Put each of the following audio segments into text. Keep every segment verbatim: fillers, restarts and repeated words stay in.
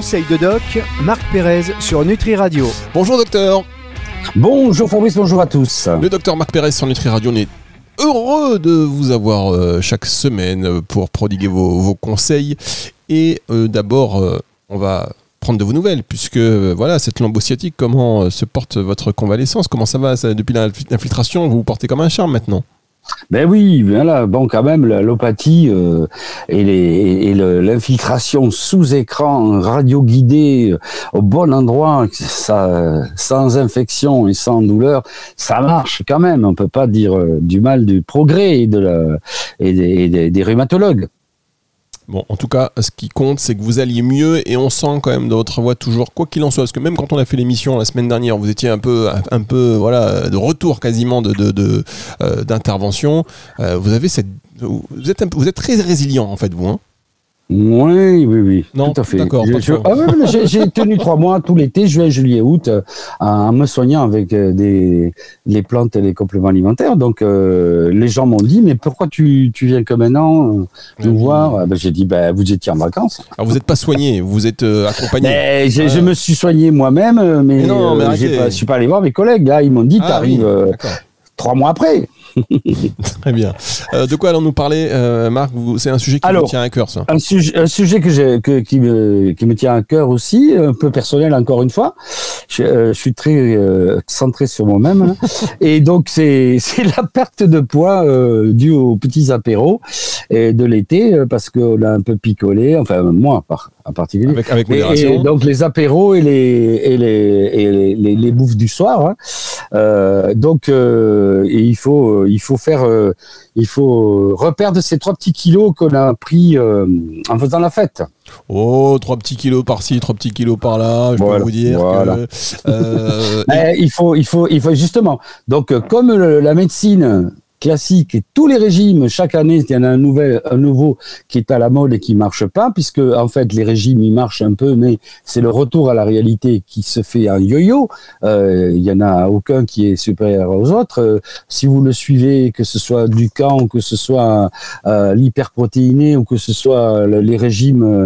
Conseil de doc, Marc Pérez sur Nutri Radio. Bonjour docteur. Bonjour Fabrice, bonjour à tous. Le docteur Marc Pérez sur Nutri Radio, on est heureux de vous avoir euh, chaque semaine pour prodiguer vos, vos conseils. Et euh, d'abord, euh, on va prendre de vos nouvelles, puisque euh, voilà, cette lambeau sciatique, comment euh, se porte votre convalescence? Comment ça va ça, depuis l'infiltration? Vous vous portez comme un charme maintenant? Ben oui, voilà, bon quand même l'allopathie euh, et, les, et le, l'infiltration sous écran radio guidée euh, au bon endroit, ça, sans infection et sans douleur, ça marche quand même. On peut pas dire euh, du mal du progrès et, de la, et, des, et des, des rhumatologues. Bon, en tout cas, ce qui compte, c'est que vous alliez mieux et on sent quand même de votre voix toujours, quoi qu'il en soit, parce que même quand on a fait l'émission la semaine dernière, vous étiez un peu, un peu, voilà, de retour quasiment de, de, de euh, d'intervention. Euh, vous avez cette, vous êtes, un peu, vous êtes très résilient en fait, vous. Hein Oui, oui, oui, non, tout à fait. D'accord. Je, je, ah ouais, j'ai, j'ai tenu trois mois tout l'été, juillet, juillet, août, euh, en me soignant avec euh, des les plantes et les compléments alimentaires. Donc euh, les gens m'ont dit, mais pourquoi tu tu viens que maintenant euh, nous oui. voir? Ben, j'ai dit, ben vous étiez en vacances. Alors vous n'êtes pas soigné, vous êtes euh, accompagné. Mais j'ai, ah. Je me suis soigné moi-même, mais, mais non, mais euh, j'ai pas, je suis pas allé voir mes collègues. Là, ils m'ont dit, ah, t'arrives oui, euh, trois mois après. Très bien. Euh, de quoi allons-nous parler, euh, Marc? vous, C'est un sujet qui Alors, me tient à cœur, ça. Un sujet, un sujet que j'ai, que, qui, me, qui me tient à cœur aussi, un peu personnel encore une fois. Je, euh, je suis très euh, centré sur moi-même. Hein. Et donc, c'est, c'est la perte de poids euh, due aux petits apéros et de l'été, euh, parce qu'on a un peu picolé, enfin moi par, en particulier. Avec, avec modération. Et, et donc, les apéros et les, et les, et les, les, les bouffes du soir. Hein. Euh, donc, euh, et il faut... Il faut faire, euh, il faut reperdre ces trois petits kilos qu'on a pris euh, en faisant la fête. Oh, trois petits kilos par-ci, trois petits kilos par-là. Je voilà, peux vous dire voilà. que euh, eh, il faut, il faut, il faut justement. Donc, comme le, la médecine classique et tous les régimes, chaque année, il y en a un nouvel, un nouveau qui est à la mode et qui marche pas, puisque en fait les régimes ils marchent un peu, mais c'est le retour à la réalité qui se fait en yo-yo. Euh, il y en a aucun qui est supérieur aux autres. Euh, si vous le suivez, que ce soit du camp, que ce soit euh, l'hyperprotéiné ou que ce soit les régimes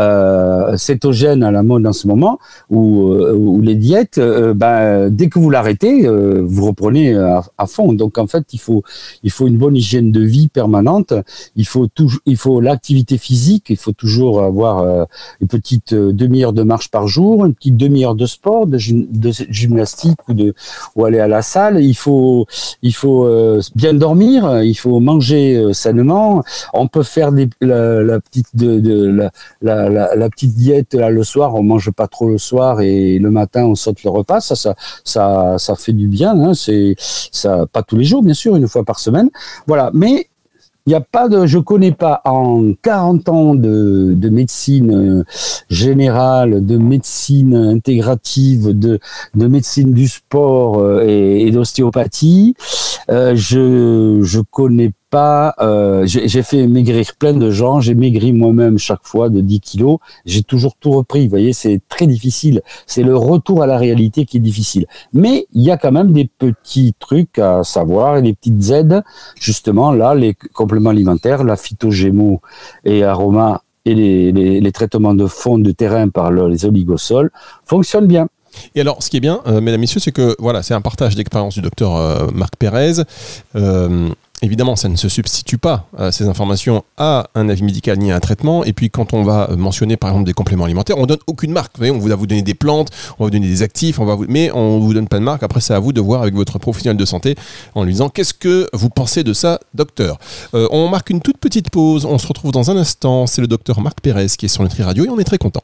euh, cétogènes à la mode en ce moment, ou, euh, ou les diètes, euh, ben dès que vous l'arrêtez, euh, vous reprenez à, à fond. Donc en fait, il faut Il faut une bonne hygiène de vie permanente. Il faut toujours, il faut l'activité physique. Il faut toujours avoir euh, une petite euh, demi-heure de marche par jour, une petite demi-heure de sport, de, gym, de gymnastique ou de ou aller à la salle. Il faut, il faut euh, bien dormir. Il faut manger euh, sainement. On peut faire des, la, la petite de, de la, la, la, la petite diète là le soir. On mange pas trop le soir et le matin on saute le repas. Ça, ça, ça, ça fait du bien. Hein. C'est ça, pas tous les jours bien sûr, une fois par semaine, voilà. Mais il n'y a pas de, je connais pas en quarante ans de, de médecine générale, de médecine intégrative, de, de médecine du sport et, et d'ostéopathie. Euh, je, je connais pas, euh, j'ai, j'ai fait maigrir plein de gens, j'ai maigri moi-même chaque fois de dix kilos, j'ai toujours tout repris, vous voyez, c'est très difficile, c'est le retour à la réalité qui est difficile. Mais il y a quand même des petits trucs à savoir, et des petites aides, justement, là, les compléments alimentaires, la phytogémo et aroma et les, les, les traitements de fond de terrain par le, les oligosols fonctionnent bien. Et alors, ce qui est bien, euh, mesdames, messieurs, c'est que voilà, c'est un partage d'expérience du docteur euh, Marc Pérez. Euh, Évidemment, ça ne se substitue pas, euh, ces informations, à un avis médical ni à un traitement. Et puis, quand on va mentionner, par exemple, des compléments alimentaires, on ne donne aucune marque. Vous voyez, on va vous donner des plantes, on va vous donner des actifs, on va vous... mais on ne vous donne pas de marque. Après, c'est à vous de voir avec votre professionnel de santé en lui disant « Qu'est-ce que vous pensez de ça, docteur ?» euh, On marque une toute petite pause. On se retrouve dans un instant. C'est le docteur Marc Pérez qui est sur Nutri Radio et on est très content.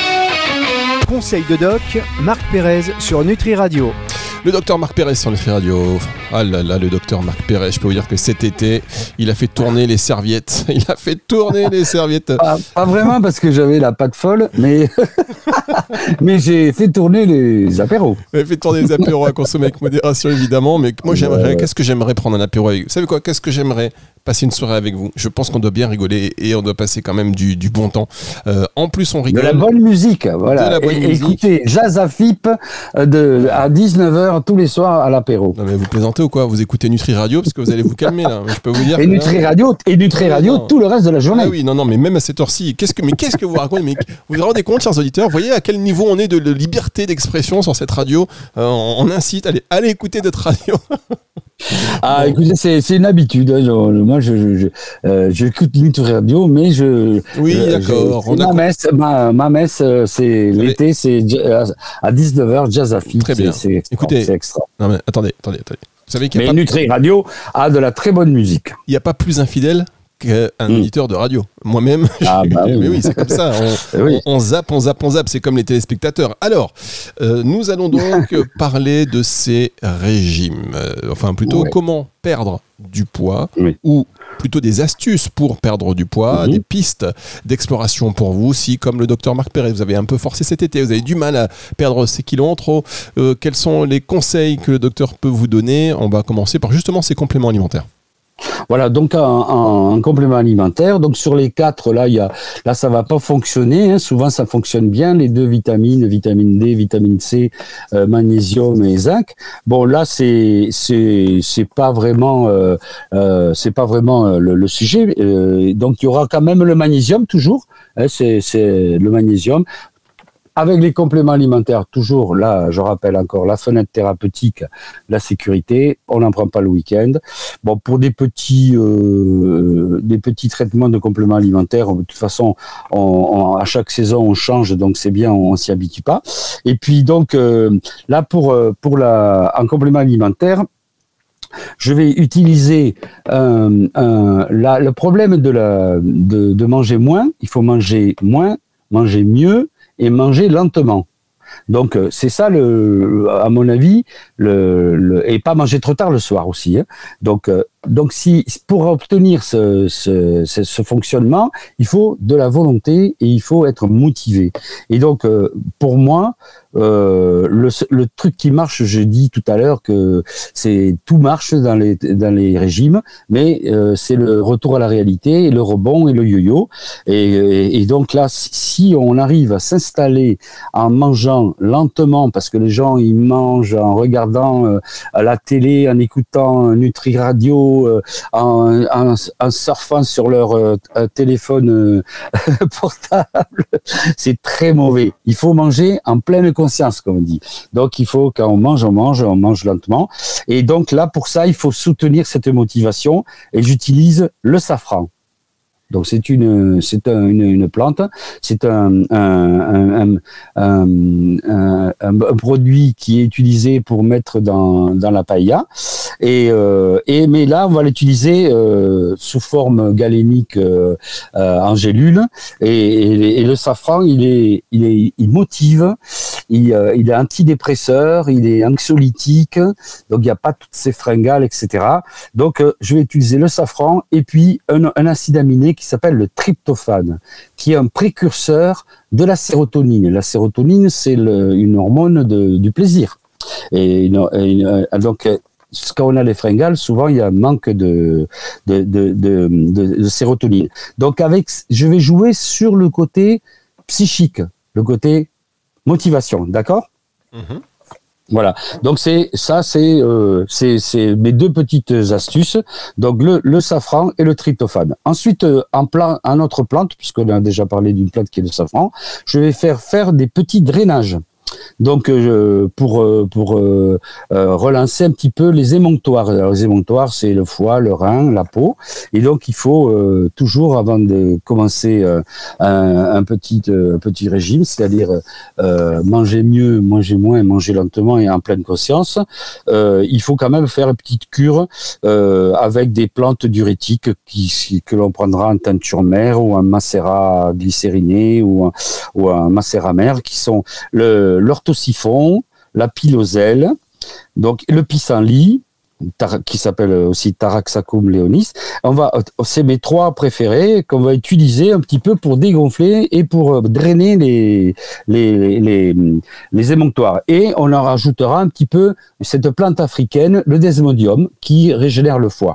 Conseil de doc, Marc Pérez sur Nutri Radio. Le docteur Marc Pérez sur Nutri Radio. Ah là là, le docteur Marc Pérez, je peux vous dire que cet été, il a fait tourner les serviettes. Il a fait tourner les serviettes. Pas, pas vraiment parce que j'avais la patte folle, mais, mais j'ai fait tourner les apéros. Il a fait tourner les apéros à consommer avec modération, évidemment. Mais moi, j'aimerais, euh... qu'est-ce que j'aimerais prendre un apéro avec... Vous savez quoi? Qu'est-ce que j'aimerais passer une soirée avec vous. Je pense qu'on doit bien rigoler et on doit passer quand même du, du bon temps. Euh, en plus, on rigole. De la bonne musique, voilà. De la bonne et, musique. Écoutez, Jazz à F I P de, à dix-neuf heures tous les soirs à l'apéro. Non mais vous plaisantez ou quoi? Vous écoutez Nutri Radio parce que vous allez vous calmer là. Je peux vous dire. Et Nutri Radio, et Nutri Radio non. tout le reste de la journée. Ah oui, non, non, mais même à cette heure-ci, qu'est-ce que, mais qu'est-ce que vous racontez? Mais vous vous rendez compte, chers auditeurs, vous voyez à quel niveau on est de, de liberté d'expression sur cette radio. Euh, on, on incite, allez, allez écouter notre radio. Ah, bon. écoutez, c'est, c'est une habitude. Hein. Je, moi, je, je, je, euh, j'écoute Nutri Radio, mais je. Oui, euh, d'accord. Je, on ma, a... messe, ma, ma messe, c'est Vous l'été, c'est à dix-neuf heures, Jazz à F I P. Très bien. C'est, c'est extra, Écoutez, c'est extra. Non mais attendez, attendez, attendez. Vous savez qu'il y a Mais pas... Nutri Radio a de la très bonne musique. Il n'y a pas plus infidèle qu'un mm. auditeur de radio. Moi-même, ah, bah oui. mais oui, c'est comme ça. On, oui. on, on zappe, on zappe, on zappe. C'est comme les téléspectateurs. Alors, euh, nous allons donc parler de ces régimes. Euh, enfin, plutôt, ouais. comment perdre du poids, oui. ou plutôt des astuces pour perdre du poids, mm-hmm. des pistes d'exploration pour vous. Si, comme le docteur Marc Pérez, vous avez un peu forcé cet été, vous avez du mal à perdre ces kilos en trop, euh, quels sont les conseils que le docteur peut vous donner? On va commencer par justement ces compléments alimentaires. Voilà, donc un, un, un complément alimentaire. Donc sur les quatre, là, il y a, là, ça va pas fonctionner. Hein. Souvent, ça fonctionne bien. Les deux vitamines, vitamine D, vitamine C, euh, magnésium et zinc. Bon, là, c'est c'est c'est pas vraiment euh, euh, c'est pas vraiment euh, le, le sujet. Euh, donc il y aura quand même le magnésium toujours. Hein, c'est c'est le magnésium. Avec les compléments alimentaires, toujours, là, je rappelle encore, la fenêtre thérapeutique, la sécurité, on n'en prend pas le week-end. Bon, pour des petits, euh, des petits traitements de compléments alimentaires, de toute façon, on, on, à chaque saison, on change, donc c'est bien, on, on s'y habitue pas. Et puis, donc, euh, là, pour, pour la, un complément alimentaire, je vais utiliser euh, un, la, le problème de, la, de, de manger moins. Il faut manger moins, manger mieux, et manger lentement. Donc c'est ça le, à mon avis, le, le et pas manger trop tard le soir aussi. Hein. Donc euh, donc si pour obtenir ce, ce, ce, ce fonctionnement, il faut de la volonté et il faut être motivé. Et donc euh, pour moi, euh, le, le truc qui marche, j'ai dit tout à l'heure que c'est tout marche dans les dans les régimes, mais euh, c'est le retour à la réalité, et le rebond et le yo-yo. Et, et, et donc là, si on arrive à s'installer en mangeant lentement, parce que les gens ils mangent en regardant euh, à la télé, en écoutant Nutri Radio, euh, en, en, en surfant sur leur euh, téléphone euh, portable, c'est très mauvais. Il faut manger en pleine conscience, comme on dit. Donc il faut, quand on mange, on mange, on mange lentement. Et donc là, pour ça, il faut soutenir cette motivation, et j'utilise le safran. Donc c'est une c'est un, une, une plante, c'est un un, un, un, un, un produit qui est utilisé pour mettre dans dans la paella, et euh, et mais là on va l'utiliser euh, sous forme galénique euh, euh, en gélule, et, et, et le safran il est il est il motive, il euh, il est antidépresseur, il est anxiolytique, donc il n'y a pas toutes ces fringales, et cetera. Donc euh, je vais utiliser le safran et puis un, un acide aminé qui s'appelle le tryptophane, qui est un précurseur de la sérotonine. La sérotonine, c'est le, une hormone de, du plaisir. Et, et donc, quand on a les fringales, souvent il y a un manque de, de, de, de, de, de sérotonine. Donc, avec, je vais jouer sur le côté psychique, le côté motivation, d'accord ? Mm-hmm. Voilà, donc c'est ça, c'est euh, c'est c'est mes deux petites astuces. Donc le le safran et le tryptophane. Ensuite, euh, en plan, en autre plante, puisqu'on a déjà parlé d'une plante qui est le safran, je vais faire faire des petits drainages. Donc euh, pour euh, pour euh, euh, relancer un petit peu les émonctoires. Alors, les émonctoires, c'est le foie, le rein, la peau, et donc il faut euh, toujours, avant de commencer euh, un, un petit euh, petit régime, c'est-à-dire euh, manger mieux, manger moins, manger lentement et en pleine conscience, euh, il faut quand même faire une petite cure euh, avec des plantes diurétiques qui que l'on prendra en teinture mère ou en macérat glycériné ou un, ou un macérat mère, qui sont le l'orthosiphon, la piloselle, donc le pissenlit, qui s'appelle aussi Taraxacum leonis. On va, c'est mes trois préférés qu'on va utiliser un petit peu pour dégonfler et pour drainer les les les les émonctoires. Et on en rajoutera un petit peu cette plante africaine, le desmodium, qui régénère le foie.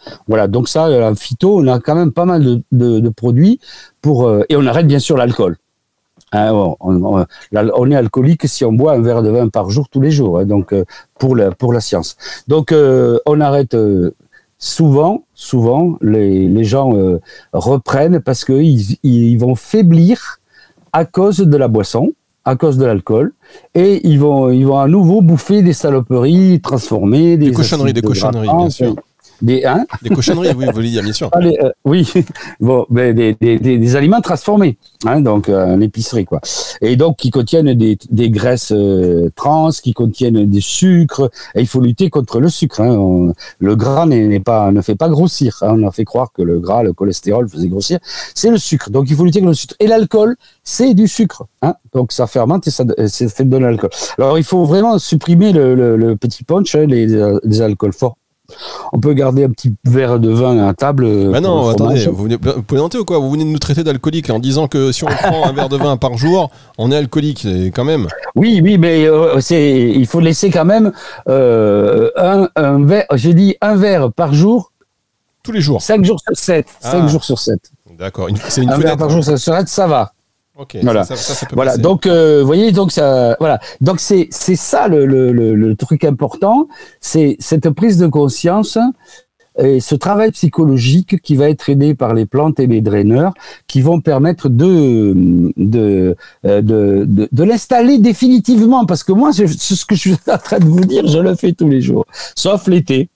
Voilà, donc ça, en phyto, on a quand même pas mal de, de, de produits pour euh, et on arrête bien sûr l'alcool. Hein, on, on, on est alcoolique si on boit un verre de vin par jour tous les jours. Hein, donc euh, pour la pour la science. Donc euh, on arrête. Euh, Souvent, souvent, les, les gens euh, reprennent parce qu'ils ils vont faiblir à cause de la boisson, à cause de l'alcool, et ils vont, ils vont à nouveau bouffer des saloperies transformées, des, des cochonneries, des cochonneries, bien sûr. Des, hein des cochonneries, oui, vous voulez dire, bien sûr. Allez, euh, oui, bon, mais des, des, des, des aliments transformés, hein, donc euh, en épicerie, quoi. Et donc qui contiennent des, des graisses euh, trans, qui contiennent des sucres. Et il faut lutter contre le sucre. Hein. On, le gras n'est, n'est pas, ne fait pas grossir. Hein. On a fait croire que le gras, le cholestérol faisait grossir. C'est le sucre. Donc il faut lutter contre le sucre. Et l'alcool, c'est du sucre. Hein. Donc ça fermente et ça, ça fait de l'alcool. Alors il faut vraiment supprimer le, le, le petit punch, hein, les, les alcools forts. On peut garder un petit verre de vin à table. Bah non, attendez, vous, venez, vous plaisantez ou quoi? Vous venez de nous traiter d'alcoolique en disant que si on prend un verre de vin par jour, on est alcoolique, quand même. Oui, oui, mais euh, c'est, il faut laisser quand même euh, un, un verre. J'ai dit un verre par jour. Tous les jours. Cinq jours sur sept. Ah. Cinq jours sur sept. D'accord. Une, c'est une un fenêtre. verre par jour sur sept, ça va. Ok. Voilà. Ça, ça, ça peut voilà. passer. Donc, euh, vous voyez, donc ça, voilà. Donc c'est c'est ça le, le le le truc important, c'est cette prise de conscience et ce travail psychologique qui va être aidé par les plantes et les draineurs, qui vont permettre de de de de, de l'installer définitivement. Parce que moi, c'est ce que je suis en train de vous dire, je le fais tous les jours, sauf l'été.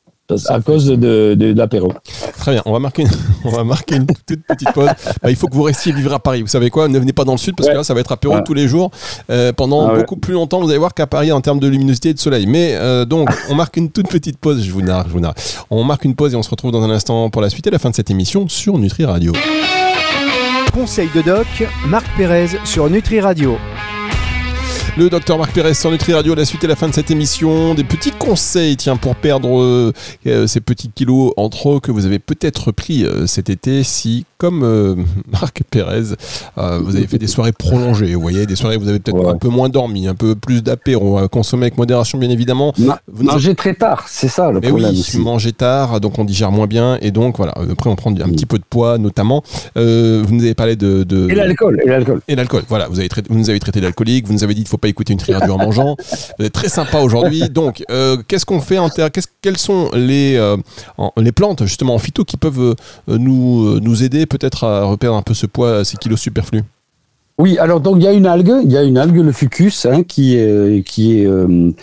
À cause de, de, de l'apéro. Très bien, on va marquer une, on va marquer une toute petite pause. Bah, il faut que vous restiez vivre à Paris. Vous savez quoi? Ne venez pas dans le sud parce ouais. que là, ça va être apéro ouais. tous les jours euh, pendant ah, beaucoup ouais. plus longtemps. Vous allez voir qu'à Paris, en termes de luminosité et de soleil. Mais euh, donc, on marque une toute petite pause. Je vous narre, je vous narre. On marque une pause et on se retrouve dans un instant pour la suite et la fin de cette émission sur Nutri Radio. Conseil de doc, Marc Pérez sur Nutri Radio. Le docteur Marc Pérez sur Nutri Radio, la suite et la fin de cette émission. Des petits conseils, tiens, pour perdre euh, ces petits kilos en trop que vous avez peut-être pris euh, cet été si, comme euh, Marc Pérez, euh, vous avez fait des soirées prolongées, vous voyez, des soirées où vous avez peut-être ouais. un peu moins dormi, un peu plus d'apéro, à consommer avec modération, bien évidemment. Ma- vous manger avez... très tard, c'est ça le Mais problème. Oui, aussi. manger tard, donc on digère moins bien, et donc voilà, après on prend un petit peu de poids, notamment. Euh, vous nous avez parlé de, de... Et l'alcool, et l'alcool. Et l'alcool, voilà, vous, avez traité, vous nous avez traité d'alcoolique, vous nous avez dit qu'il ne faut pas écouter une Nutri Radio en mangeant. Vous êtes très sympa aujourd'hui. Donc, euh, qu'est-ce qu'on fait en terre qu'est-ce, Quelles sont les, euh, en, les plantes, justement, en phyto, qui peuvent euh, nous, euh, nous aider peut-être à reperdre un peu ce poids, ces kilos superflus? Oui, alors donc il y a une algue, il y a une algue, le fucus, hein, qui est qui est euh,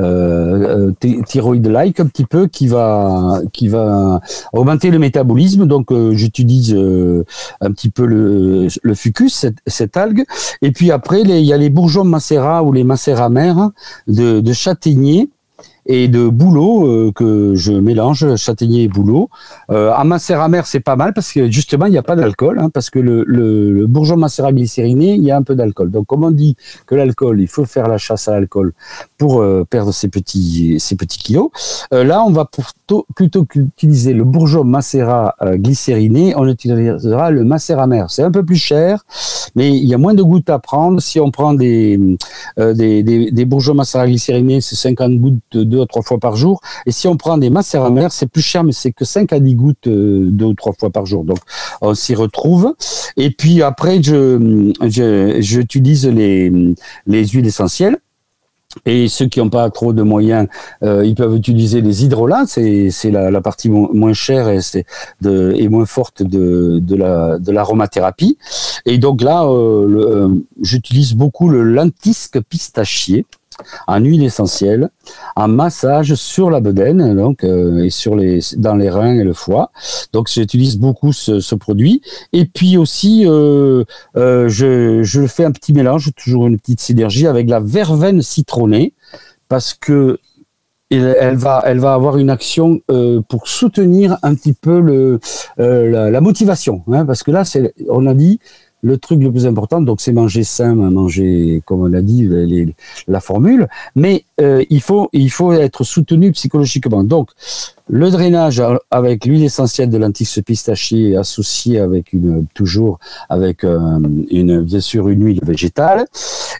euh, thyroïde-like un petit peu, qui va qui va augmenter le métabolisme. Donc euh, j'utilise euh, un petit peu le le fucus, cette, cette algue. Et puis après, les, il y a les bourgeons macérat ou les macérats mères de, de châtaignier et de bouleau euh, que je mélange, châtaignier et bouleau. Euh, à macérat mère, c'est pas mal parce que justement, il n'y a pas d'alcool, hein, parce que le, le, le bourgeon macérat glycériné, il y a un peu d'alcool. Donc, comme on dit que l'alcool, il faut faire la chasse à l'alcool pour euh, perdre ces petits, ces petits kilos. Euh, là, on va plutôt, plutôt qu'utiliser le bourgeon macérat euh, glycériné, on utilisera le macérat mère. C'est un peu plus cher, mais il y a moins de gouttes à prendre. Si on prend des, euh, des, des, des bourgeons macérat glycériné, c'est cinquante gouttes de deux à trois fois par jour. Et si on prend des macérats mères, c'est plus cher, mais c'est que cinq à dix gouttes euh, deux ou trois fois par jour. Donc, on s'y retrouve. Et puis après, je, je, j'utilise les, les huiles essentielles. Et ceux qui n'ont pas trop de moyens, euh, ils peuvent utiliser les hydrolats. C'est, c'est la, la partie mo- moins chère et, c'est de, et moins forte de, de, la, de l'aromathérapie. Et donc là, euh, le, euh, j'utilise beaucoup le lentisque pistachier en huile essentielle, en massage sur la bedaine, donc euh, et sur les dans les reins et le foie. Donc j'utilise beaucoup ce, ce produit. Et puis aussi, euh, euh, je je fais un petit mélange, toujours une petite synergie avec la verveine citronnée, parce que elle va, elle va avoir une action euh, pour soutenir un petit peu le euh, la, la motivation, hein, parce que là, c'est, on a dit. Le truc le plus important, donc, c'est manger sain, manger, comme on a dit, les, les, la formule. Mais euh, il faut, il faut être soutenu psychologiquement. Donc, le drainage avec l'huile essentielle de lentisque pistachier associée avec une toujours avec euh, une bien sûr une huile végétale.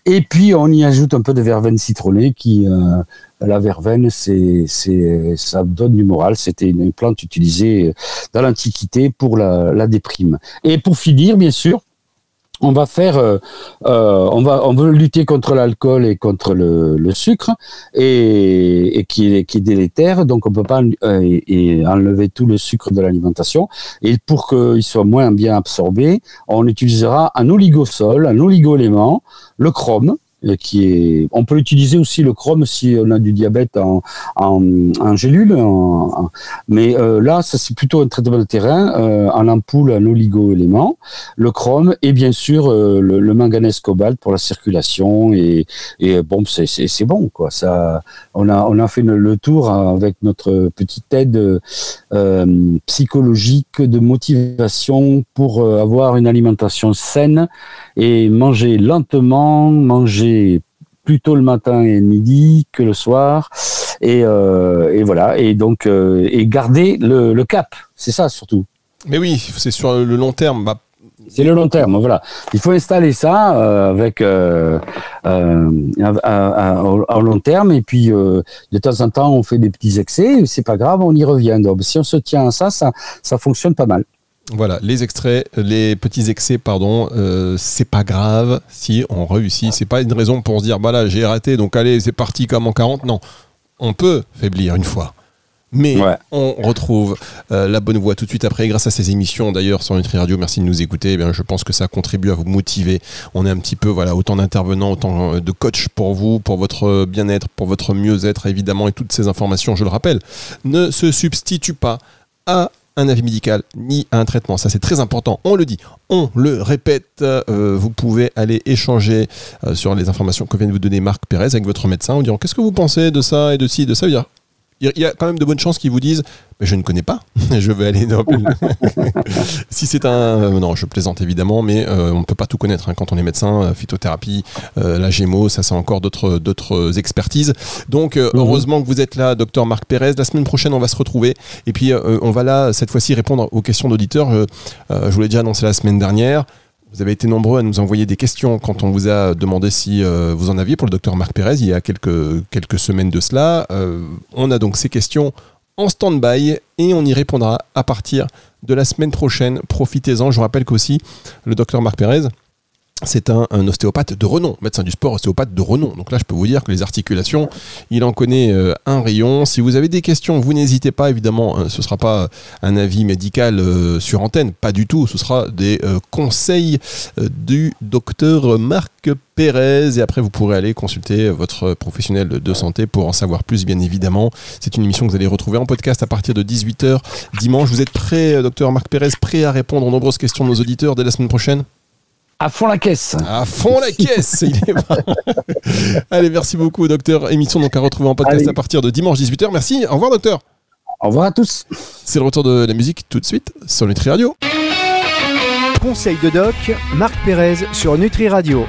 Et puis on y ajoute un peu de verveine citronnée qui, euh, la verveine, c'est, c'est, ça donne du moral. C'était une plante utilisée dans l'Antiquité pour la, la déprime. Et pour finir, bien sûr, on va faire, euh, euh, on va, on veut lutter contre l'alcool et contre le, le sucre et, et qui est, qui est délétère. Donc on peut pas euh, et, et enlever tout le sucre de l'alimentation. Et pour qu'il soit moins bien absorbé, on utilisera un oligosol, un oligoélément, le chrome. Qui est, on peut utiliser aussi le chrome si on a du diabète en, en, en gélule, en, en, mais euh, là, ça c'est plutôt un traitement de terrain, euh, en ampoule, un oligo-élément, le chrome et bien sûr euh, le, le manganèse cobalt pour la circulation et, et bon, c'est, c'est, c'est bon quoi. Ça, on a on a fait le, le tour avec notre petite aide euh, psychologique de motivation pour euh, avoir une alimentation saine et manger lentement, manger plutôt le matin et le midi que le soir et, euh, et voilà et donc euh, et garder le, le cap, c'est ça surtout. Mais oui, c'est sur le long terme. Bah... C'est le long terme, voilà. Il faut installer ça euh, avec euh, euh, à, à, à, au, au long terme et puis euh, de temps en temps on fait des petits excès, c'est pas grave, on y revient. Donc si on se tient à ça, ça, ça fonctionne pas mal. Voilà, les extraits, les petits excès, pardon, euh, c'est pas grave si on réussit. C'est pas une raison pour se dire, bah là, j'ai raté, donc allez, c'est parti comme en quarante. Non, on peut faiblir une fois. Mais ouais. on retrouve euh, la bonne voie tout de suite après, grâce à ces émissions d'ailleurs sur Nutri Radio. Merci de nous écouter. Eh bien, je pense que ça contribue à vous motiver. On est un petit peu, voilà, autant d'intervenants, autant de coachs pour vous, pour votre bien-être, pour votre mieux-être évidemment. Et toutes ces informations, je le rappelle, ne se substituent pas à un avis médical ni à un traitement. Ça, c'est très important. On le dit, on le répète. Euh, vous pouvez aller échanger euh, sur les informations que vient de vous donner Marc Pérez avec votre médecin en disant qu'est-ce que vous pensez de ça et de ci et de ça. Il y a quand même de bonnes chances qu'ils vous disent mais je ne connais pas, je vais aller dans... si c'est un... Euh, non, je plaisante évidemment, mais euh, on ne peut pas tout connaître hein, quand on est médecin, euh, phytothérapie, euh, la gémo, ça c'est encore d'autres, d'autres expertises. Donc euh, mmh. heureusement que vous êtes là, docteur Marc Pérez. La semaine prochaine, on va se retrouver et puis euh, on va là, cette fois-ci, répondre aux questions d'auditeurs. Je, euh, je vous l'ai déjà annoncé la semaine dernière. Vous avez été nombreux à nous envoyer des questions quand on vous a demandé si euh, vous en aviez pour le docteur Marc Pérez il y a quelques, quelques semaines de cela. Euh, on a donc ces questions en stand-by et on y répondra à partir de la semaine prochaine. Profitez-en. Je vous rappelle qu'aussi le docteur Marc Pérez, c'est un, un ostéopathe de renom, médecin du sport, ostéopathe de renom. Donc là, je peux vous dire que les articulations, il en connaît euh, un rayon. Si vous avez des questions, vous n'hésitez pas, évidemment, hein, ce ne sera pas un avis médical euh, sur antenne, pas du tout. Ce sera des euh, conseils euh, du docteur Marc Pérez. Et après, vous pourrez aller consulter votre professionnel de santé pour en savoir plus, bien évidemment. C'est une émission que vous allez retrouver en podcast à partir de dix-huit heures dimanche. Vous êtes prêt, docteur Marc Pérez, prêt à répondre aux nombreuses questions de nos auditeurs dès la semaine prochaine ? À fond la caisse. À fond la caisse. Il est... Allez, merci beaucoup, docteur. Émission donc à retrouver en podcast Allez. à partir de dimanche dix-huit heures. Merci. Au revoir, docteur. Au revoir à tous. C'est le retour de la musique tout de suite sur Nutri Radio. Conseil de doc, Marc Pérez sur Nutri Radio.